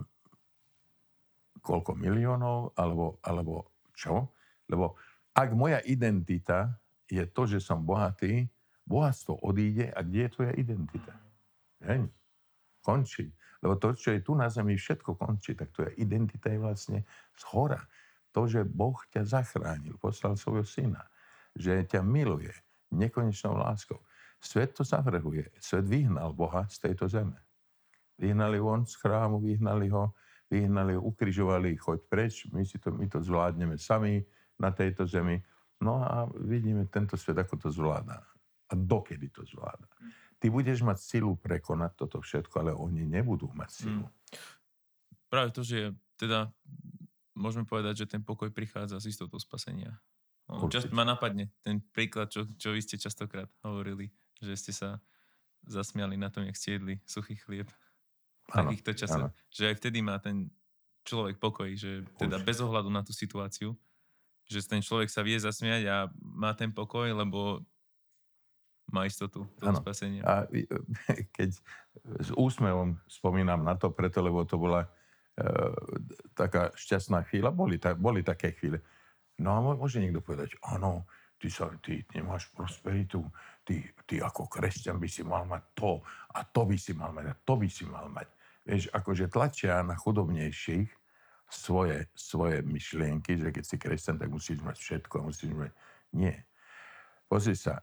koľko miliónov, alebo čo. Lebo ak moja identita je to, že som bohatý, bohatstvo odíde a kde je tvoja identita? Hej. Končí. Lebo to, čo je tu na zemi, všetko končí. Tak tvoja identita je vlastne zhora. To, že Boh ťa zachránil, poslal svojho syna. Že ťa miluje nekonečnou láskou. Svet to zavrhuje. Svet vyhnal Boha z tejto zeme. Vyhnali ho z chrámu, vyhnali ho, ukrižovali, choď preč, my to zvládneme sami na tejto zemi. No a vidíme tento svet, ako to zvláda. A dokedy to zvláda. Ty budeš mať silu prekonať toto všetko, ale oni nebudú mať silu. Práve to, že teda môžeme povedať, že ten pokoj prichádza s istotou spasenia. Často ma napadne ten príklad, čo vy ste častokrát hovorili, že ste sa zasmiali na tom, jak ste jedli suchý chlieb. V takýchto časoch. Že aj vtedy má ten človek pokoj, že teda bez ohľadu na tú situáciu, že ten človek sa vie zasmiať a má ten pokoj, lebo má istotu toho spasenia. A keď s úsmevom spomínam na to, preto, lebo to bola taká šťastná chvíľa, boli také chvíle. No a môže niekto povedať, áno, ty nemáš prosperitu, ty ako kresťan by si mal mať to a to by si mal mať a to by si mal mať. Vieš, akože tlačia na chudobnejších svoje myšlienky, že keď si kresťan, tak musíš mať všetko a musíš mať... Nie. Pozri sa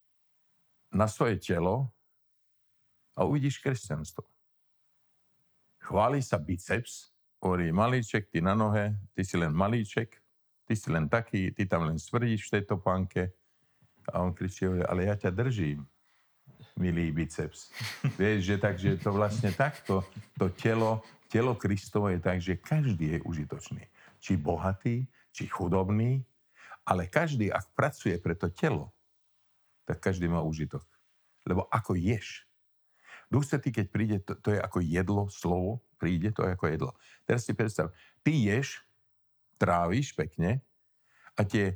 na svoje telo a uvidíš kresťanstvo. Chváli sa biceps, hovorí malíček, ty na nohe, ty si len malíček, ty si len taký, ty tam len svrdíš v tej topánke. A on kričí, ale ja ťa držím, milý biceps. Vieš, že takže to vlastne takto, to telo Kristovo je tak, že každý je užitočný. Či bohatý, či chudobný, ale každý, ak pracuje pre to telo, tak každý má užitok. Lebo ako ješ. Duch Svätý, keď príde, to je ako jedlo, slovo, príde, to je ako jedlo. Teraz si predstav, ty ješ, tráviš pekne a tie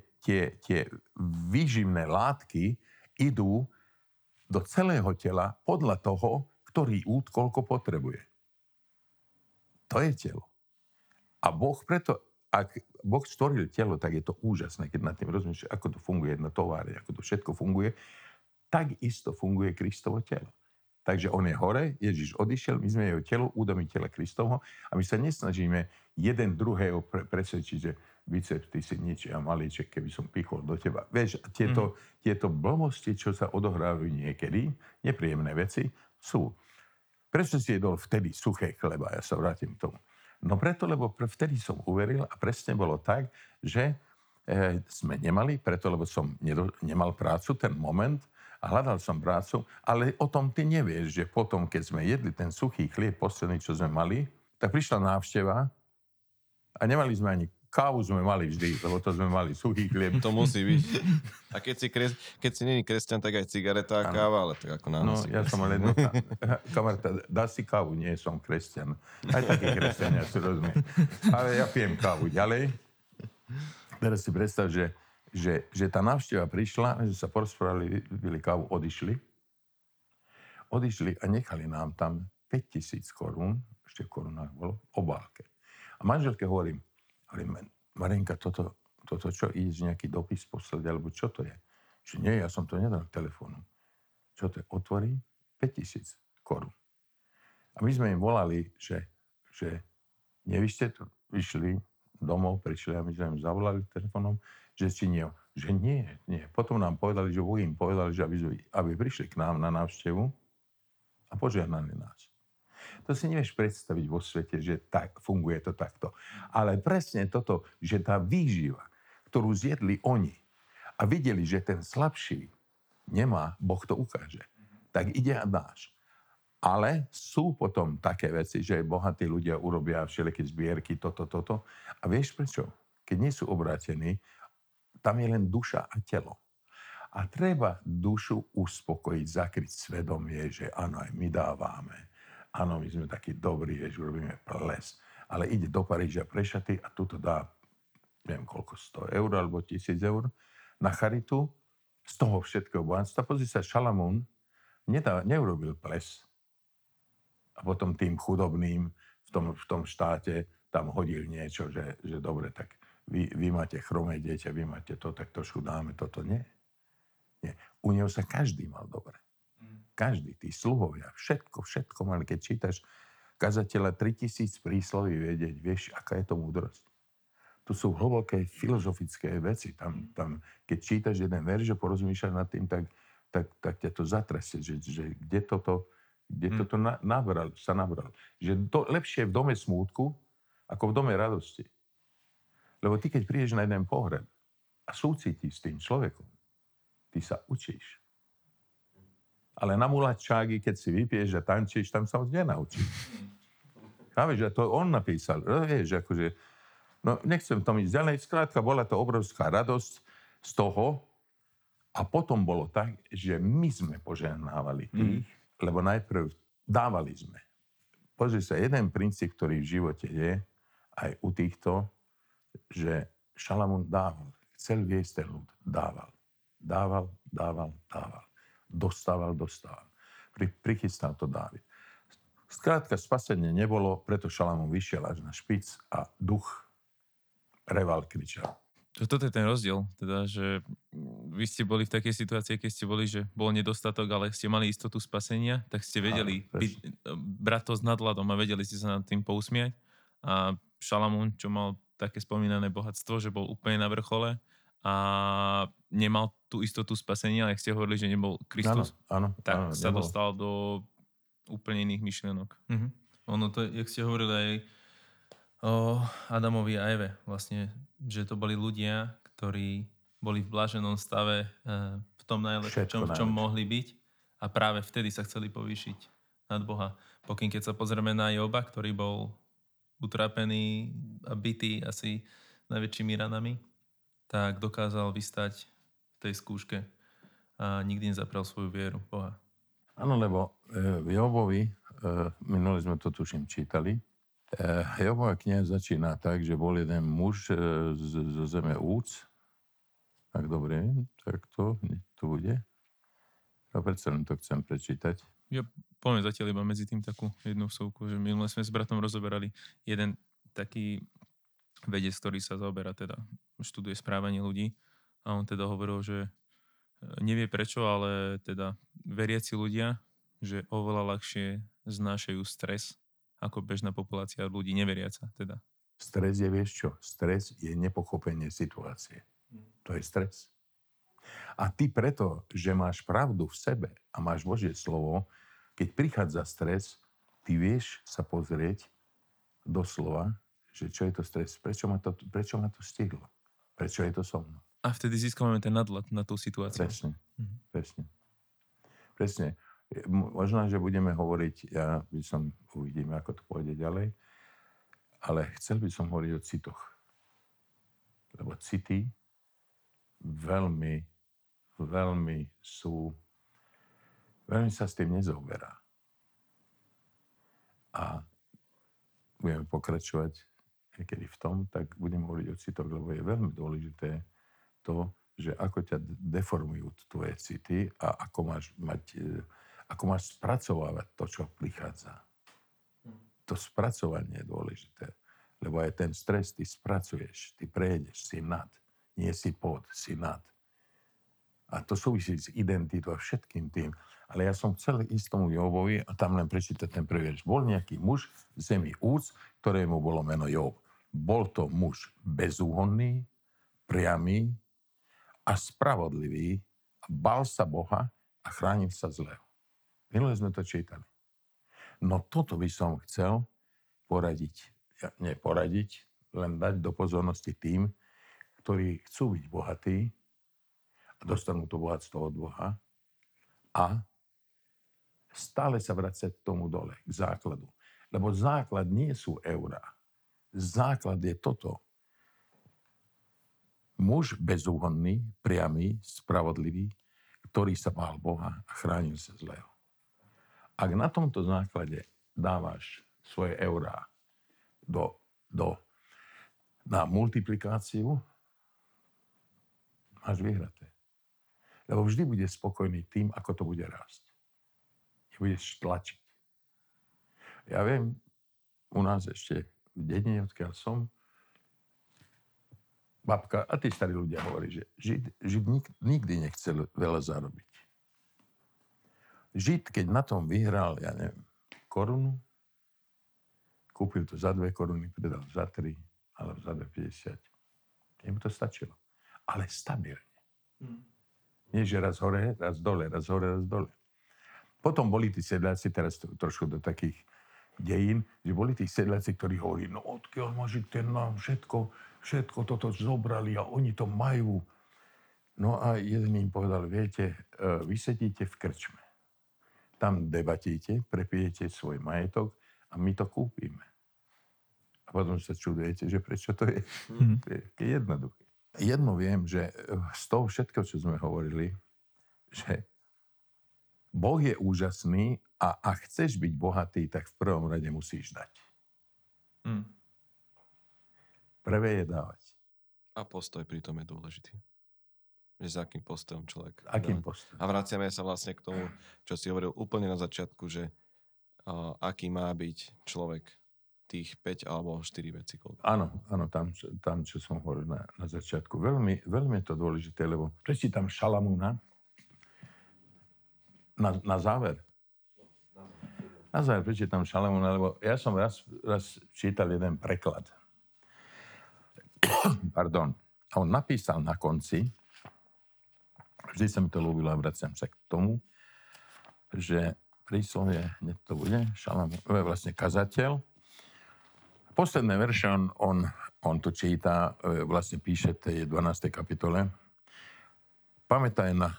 výživné látky idú do celého tela podľa toho, ktorý úd koľko potrebuje. To je telo. A Boh preto, ak Boh stvoril telo, tak je to úžasné, keď nad tým rozmýšľaš, ako to funguje na továre, ako to všetko funguje, tak isto funguje Kristovo telo. Takže on je hore, Ježiš odišiel, my sme jeho telo, údami tela Kristovho a my sa nesnažíme jeden druhého presvedčiť, že biceps, ty si nič, ja malíček, keby som pichol do teba. Vieš, tieto blbosti, čo sa odohrávajú niekedy, nepríjemné veci, sú. Prečo si jedol vtedy suché chleba? Ja sa vrátim k tomu. No preto, lebo vtedy som uveril a presne bolo tak, že sme nemali, preto, lebo som nemal prácu ten moment, a hľadal som prácu, ale o tom ty nevieš, že potom, keď sme jedli ten suchý chlieb posledný, čo sme mali, tak prišla návšteva a nemali sme ani kávu, sme mali vždy, lebo to sme mali suchý chlieb. To musí byť. A keď si není kresťan, tak aj cigareta a káva, ale tak ako nám. No, ja som mal jedno... Kamarát, dá si kávu, nie som kresťan. Aj taký kresťan, ja si rozumiem. Ale ja pijem kávu ďalej. Teraz si predstav, že tá návšteva prišla, že sa porozprávali, vypili kávu, odišli a nechali nám tam 5,000 korún, ešte v korunách bolo, obálke. A manželke hovorím, Marenka, toto čo, ideš nejaký dopis poslať, alebo čo to je? Že nie, ja som to nedal k telefónu. Čo to je? Otvorí 5,000 korún. A my sme im volali, že nie, vy ste tu vyšli domov, prišli a my sme im zavolali telefónom, že či nie. Že nie. Potom nám povedali, že Boh im povedali, že aby prišli k nám na návštevu a požiadali nás. To si nevieš predstaviť vo svete, že tak, funguje to takto. Ale presne toto, že tá výživa, ktorú zjedli oni a videli, že ten slabší nemá, Boh to ukáže. Tak ide a dáš. Ale sú potom také veci, že bohatí ľudia urobia všelijaké zbierky, toto. A vieš prečo? Keď nie sú obrátení, tam je len duša a telo. A treba dušu uspokojiť, zakryť svedomie, že áno, aj my dávame. Áno, my sme takí dobrí, že robíme ples. Ale ide do Paríža prešaty a tuto dá, neviem koľko, 100 eur alebo 1,000 eur na charitu. Z toho všetkého bohatstva. Pozri sa, Šalamún neurobil ples. A potom tým chudobným v tom štáte tam hodil niečo, že dobre, tak vy máte chromé dieťa, vy máte to, tak trošku dáme toto. Nie. U neho sa každý mal dobre. Každý, tí sluhovia, všetko mali. Keď čítaš kazateľa 3000 prísloví vedieť, vieš, aká je to múdrosť. Tu sú hlboké filozofické veci. Tam, keď čítaš jeden verš a porozmýšľaš nad tým, tak ťa to zatrasie, že kde toto sa nabral. Že to lepšie je v dome smútku, ako v dome radosti. Lebo ty, keď prídeš na jeden pohreb a súcitíš s tým človekom, ty sa učíš. Ale na mulačágy, keď si vypiješ a tančíš, tam sa už nenaučíš. Chápeš, že to on napísal. Vieš, akože, no nechcem to ísť ďalej. Skrátka, bola to obrovská radosť z toho a potom bolo tak, že my sme požehnávali tých, lebo najprv dávali sme. Pozri sa, jeden princíp, ktorý v živote je, aj u týchto, že Šalamún dával. Chcel viesť ten ľud. Dával. Dostával. Prichystal to Dávid. Skrátka, spasenie nebolo, preto Šalamún vyšiel až na špic a duch reval, kričal. Toto je ten rozdiel, teda, že vy ste boli v takej situácii, keď ste boli, že bol nedostatok, ale ste mali istotu spasenia, tak ste vedeli brať to s nadhľadom a vedeli ste sa nad tým pousmiať. A Šalamún, čo mal také spomínané bohatstvo, že bol úplne na vrchole a nemal tú istotu spasenia, ak ste hovorili, že nebol Kristus, tak sa dostal do úplne iných myšlienok. Ono to, jak ste hovorili aj o Adamovi a Eve, vlastne, že to boli ľudia, ktorí boli v bláženom stave v tom najlepšom, v čom mohli byť a práve vtedy sa chceli povýšiť nad Boha. Pokým keď sa pozrieme na Joba, ktorý bol utrápený a bitý asi najväčšími ranami, tak dokázal vystať v tej skúške a nikdy nezaprel svoju vieru v Boha. Áno, lebo v Jobovi, minule sme to tuším čítali, Jobova kniha začína tak, že bol jeden muž zo zeme Úc. Tak dobre, tak to bude. A predsa len to chcem prečítať. Ja poviem zatiaľ iba medzi tým takú jednu vsuvku, že minule sme s bratom rozoberali jeden taký vedec, ktorý sa zaoberá teda, študuje správanie ľudí a on teda hovoril, že nevie prečo, ale teda veriaci ľudia, že oveľa ľahšie znášajú stres ako bežná populácia ľudí neveriaca. Teda. Stres je, vieš čo? Stres je nepochopenie situácie. To je stres. A ty preto, že máš pravdu v sebe a máš Božie slovo, keď prichádza stres, ty vieš sa pozrieť doslova, že čo je to stres, prečo ma to stihlo, prečo je to so mnou. A vtedy získame ten nadhľad na tú situáciu. Presne. Možno, že budeme hovoriť, uvidíme, ako to pôjde ďalej, ale chcel by som hovoriť o citoch. Lebo city veľmi sa s tým nezaoberá. A budeme pokračovať niekedy v tom, tak budeme hovoriť o citoch, lebo je veľmi dôležité to, že ako ťa deformujú tvoje city a ako máš spracovávať to, čo prichádza. To spracovanie je dôležité. Lebo aj ten stres ty spracuješ, ty prejdeš, si nad. Nie si pod, si nad. A to súvisí s identitou a všetkým tým. Ale ja som chcel ísť tomu Jobovi a tam len prečítať ten prvý verš. Bol nejaký muž v zemi Úc, ktorému bolo meno Job. Bol to muž bezúhonný, priamy a spravodlivý. Bál sa Boha a chránil sa zlého. Minule sme to čítali. No toto by som chcel len dať do pozornosti tým, ktorí chcú byť bohatí a dostanú to bohatstvo od Boha a stále sa vracať k tomu dole, k základu. Lebo základ nie sú eurá. Základ je toto. Muž bezúhonný, priamy, spravodlivý, ktorý sa bál Boha a chránil sa zlého. Ak na tomto základe dávaš svoje eurá na multiplikáciu, máš vyhraté. Lebo vždy bude spokojný tým, ako to bude rásť. Nebudeš tlačiť. Ja viem, u nás ešte v dedine, odkiaľ som, babka a tí starí ľudia hovorí, že Žid nikdy nechcel veľa zarobiť. Žid, keď na tom vyhral, ja neviem, korunu, kúpil to za 2 koruny, predal za 3, alebo za 2,50. Jemu to stačilo. Ale stabilne. Nie, že raz hore, raz dole, raz hore, raz dole. Potom boli tí sedláci, teraz trošku do takých dejín, že boli tí sedláci, ktorí hovorí, no odkiaľ máš ten nám všetko toto zobrali a oni to majú. No a jeden im povedal, viete, vy sedíte v krčme. Tam debatíte, prepijete svoj majetok a my to kúpime. A potom sa čudujete, že prečo to je. Je jednoduché. Jedno viem, že z toho všetko, čo sme hovorili, že Boh je úžasný a ak chceš byť bohatý, tak v prvom rade musíš dať. Prvé je dávať. A postoj pritom je dôležitý. Že za akým postojom človek... Akým postojom. A vraciame sa vlastne k tomu, čo si hovoril úplne na začiatku, že aký má byť človek tých 5 alebo 4 veci. Áno, tam, čo som hovoril na začiatku. Veľmi, veľmi je to dôležité, lebo prečítam Šalamúna na záver. Na záver prečítam Šalamúna, lebo ja som raz čítal jeden preklad. Pardon. A on napísal na konci, vždy sa mi to ľúbilo a vraciam sa k tomu, že príslovie, hneď to bude, Šalamún, vlastne kazateľ. Posledné verše on to číta, vlastne píše v tej 12. kapitole. Pamätaj na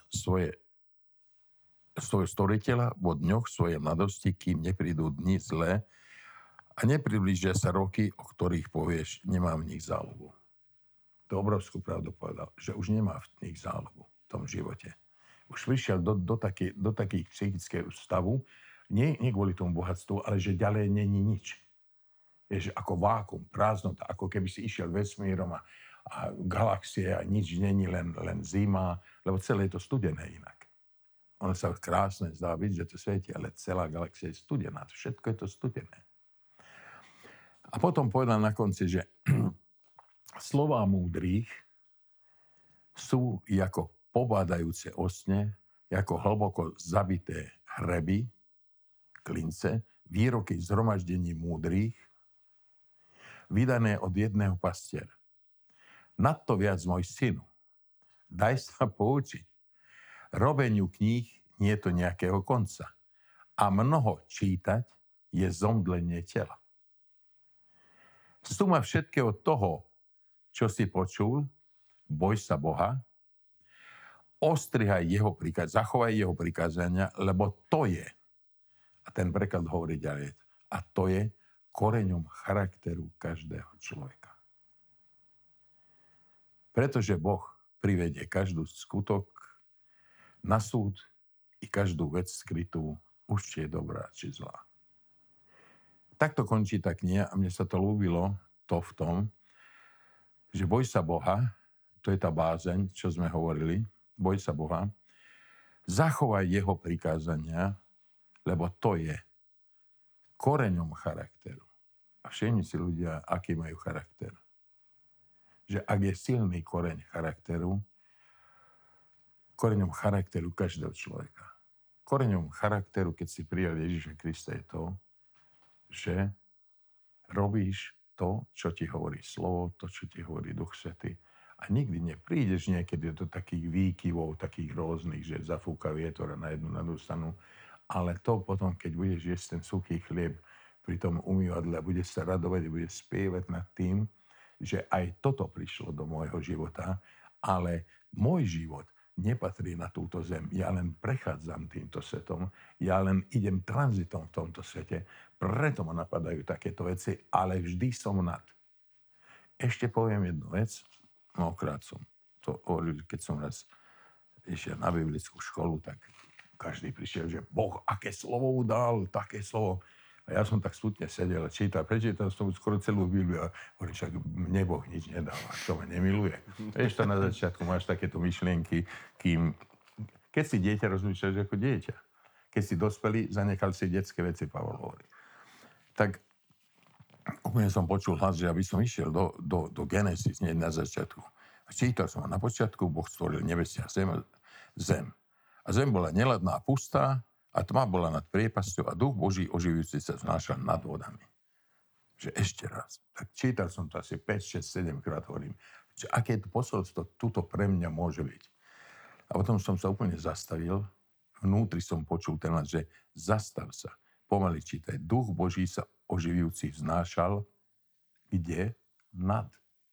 svojho stvoriteľa vo dňoch svojej mladosti, kým neprídu dni zlé a nepriblížia sa roky, o ktorých povieš, nemám v nich záľubu. To obrovskú pravdu povedal, že už nemá v nich záľubu v tom živote. Už prišiel do takých psychického stavu, nie kvôli tomu bohatstvu, ale že ďalej není nič. Je, že ako vákum, prázdnota, ako keby si išiel vesmírom a galaxie a nič není, len zima, lebo celé je to studené inak. Ono sa krásne zdá byť, že to svieti, ale celá galaxia je studená. Všetko je to studené. A potom povedal na konci, že slová múdrych sú ako pobádajúce osne, ako hlboko zabité hreby, klince, výroky zhromaždení múdrych, vydané od jedného pastiera. Nadto viac, môj synu, daj sa poučiť. Robeniu kníh nie je to nejakého konca. A mnoho čítať je zomdlenie tela. Suma všetkého toho, čo si počul, boj sa Boha, ostrihaj zachovaj jeho prikázania, lebo to je, a ten preklad hovorí ďalej, a to je koreňom charakteru každého človeka. Pretože Boh privedie každú skutok na súd i každú vec skrytú, už či je dobrá, či zlá. Takto končí tá kniha a mne sa to ľúbilo v tom, že boj sa Boha, to je tá bázeň, čo sme hovorili, boj sa Boha, zachovaj jeho prikázania, lebo to je koreňom charakteru. A všimni si ľudia, aký majú charakter. Že ak je silný koreň charakteru, koreňom charakteru každého človeka. Koreňom charakteru, keď si prijal Ježiša Krista, je to, že robíš to, čo ti hovorí slovo, to, čo ti hovorí Duch Svätý. A nikdy neprídeš niekedy do takých výkyvov, takých rôznych, že zafúka vietor na jednu, na druhú stranu. Ale to potom, keď budeš jesť ten suchý chlieb pri tom umývadle a budeš sa radovať a budeš spievať nad tým, že aj toto prišlo do môjho života, ale môj život nepatrí na túto zem. Ja len prechádzam týmto svetom, ja len idem tranzitom v tomto svete, preto ma napadajú takéto veci, ale vždy som nad. Ešte poviem jednu vec, mnohokrát som to hovoril, keď som raz išiel na biblickú školu, tak každý prišiel, že Boh, aké slovo udal, také slovo. A ja som tak smutne sedel a prečítal som skoro celú Bibliu a hovorím, však mne Boh nič nedáva, to ma nemiluje. Vieš to na začiatku, máš takéto myšlienky, keď si dieťa, rozmýšľaš ako dieťa. Keď si dospelý, zanechal si detské veci, Pavol hovorí. Tak úplne som počul hlas, že aby som išiel do Genesis, nie na začiatku. A čítal som, na počiatku Boh stvoril nebesia a zem. A zem bola neladná a pustá, a tma bola nad priepasťou a duch Boží oživujúci sa vznášal nad vodami. Že ešte raz. Tak čítal som to asi 5, 6, 7 krát, hovorím, že aké to posolstvo tuto pre mňa môže byť. A potom som sa úplne zastavil, vnútri som počul ten hlas, že zastav sa, pomaly čítaj. Duch Boží sa oživujúci vznášal, kde? Nad.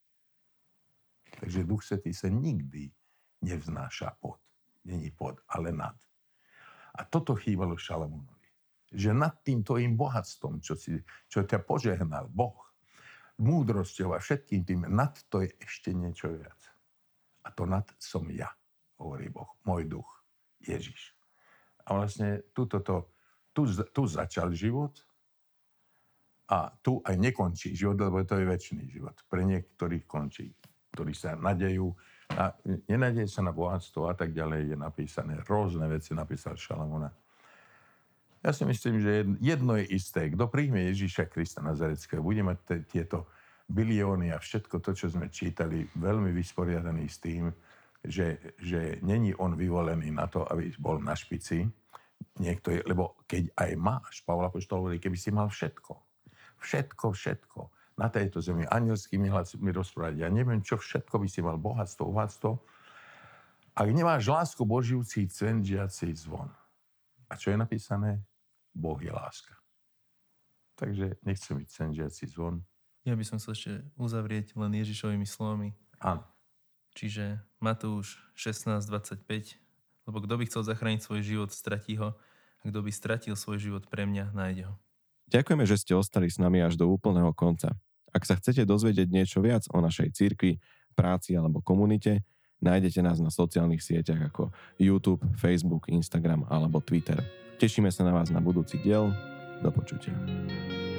Takže Duch Svätý sa nikdy nevznáša pod. Není pod, ale nad. A toto chýbalo Šalamúnovi. Že nad tým tvojím bohatstvom, čo ťa požehnal Boh, múdrosťou a všetkým tým, nad to je ešte niečo viac. A to nad som ja, hovorí Boh, môj duch, Ježiš. A vlastne tu začal život a tu aj nekončí život, lebo to je večný život. Pre niektorých končí, ktorí sa nadejú a nenadeje sa na bohatstvo a tak ďalej, je napísané. Rôzne veci napísal Šalamúna. Ja si myslím, že jedno je isté. Kto príjme Ježíša Krista Nazareckého, bude mať tieto bilióny a všetko to, čo sme čítali, veľmi vysporiadaný s tým, že není on vyvolený na to, aby bol na špici. Niekto je, lebo keď aj máš, Pavol apoštol hovorí, keby si mal všetko, na tejto zemi, anielskými hlasmi rozprávať, ja neviem, čo všetko by si mal, bohatstvo. Ak nemáš lásku Božiu, si cvenžiaci zvon. A čo je napísané? Boh je láska. Takže nechcem byť cvenžiaci zvon. Ja by som sa ešte uzavrieť len Ježišovými slovami. Áno. Čiže Matúš 16:25, lebo kto by chcel zachrániť svoj život, stratí ho, a kto by stratil svoj život pre mňa, nájde ho. Ďakujeme, že ste ostali s nami až do úplného konca. Ak sa chcete dozvedieť niečo viac o našej cirkvi, práci alebo komunite, nájdete nás na sociálnych sieťach ako YouTube, Facebook, Instagram alebo Twitter. Tešíme sa na vás na budúci diel. Do počutia.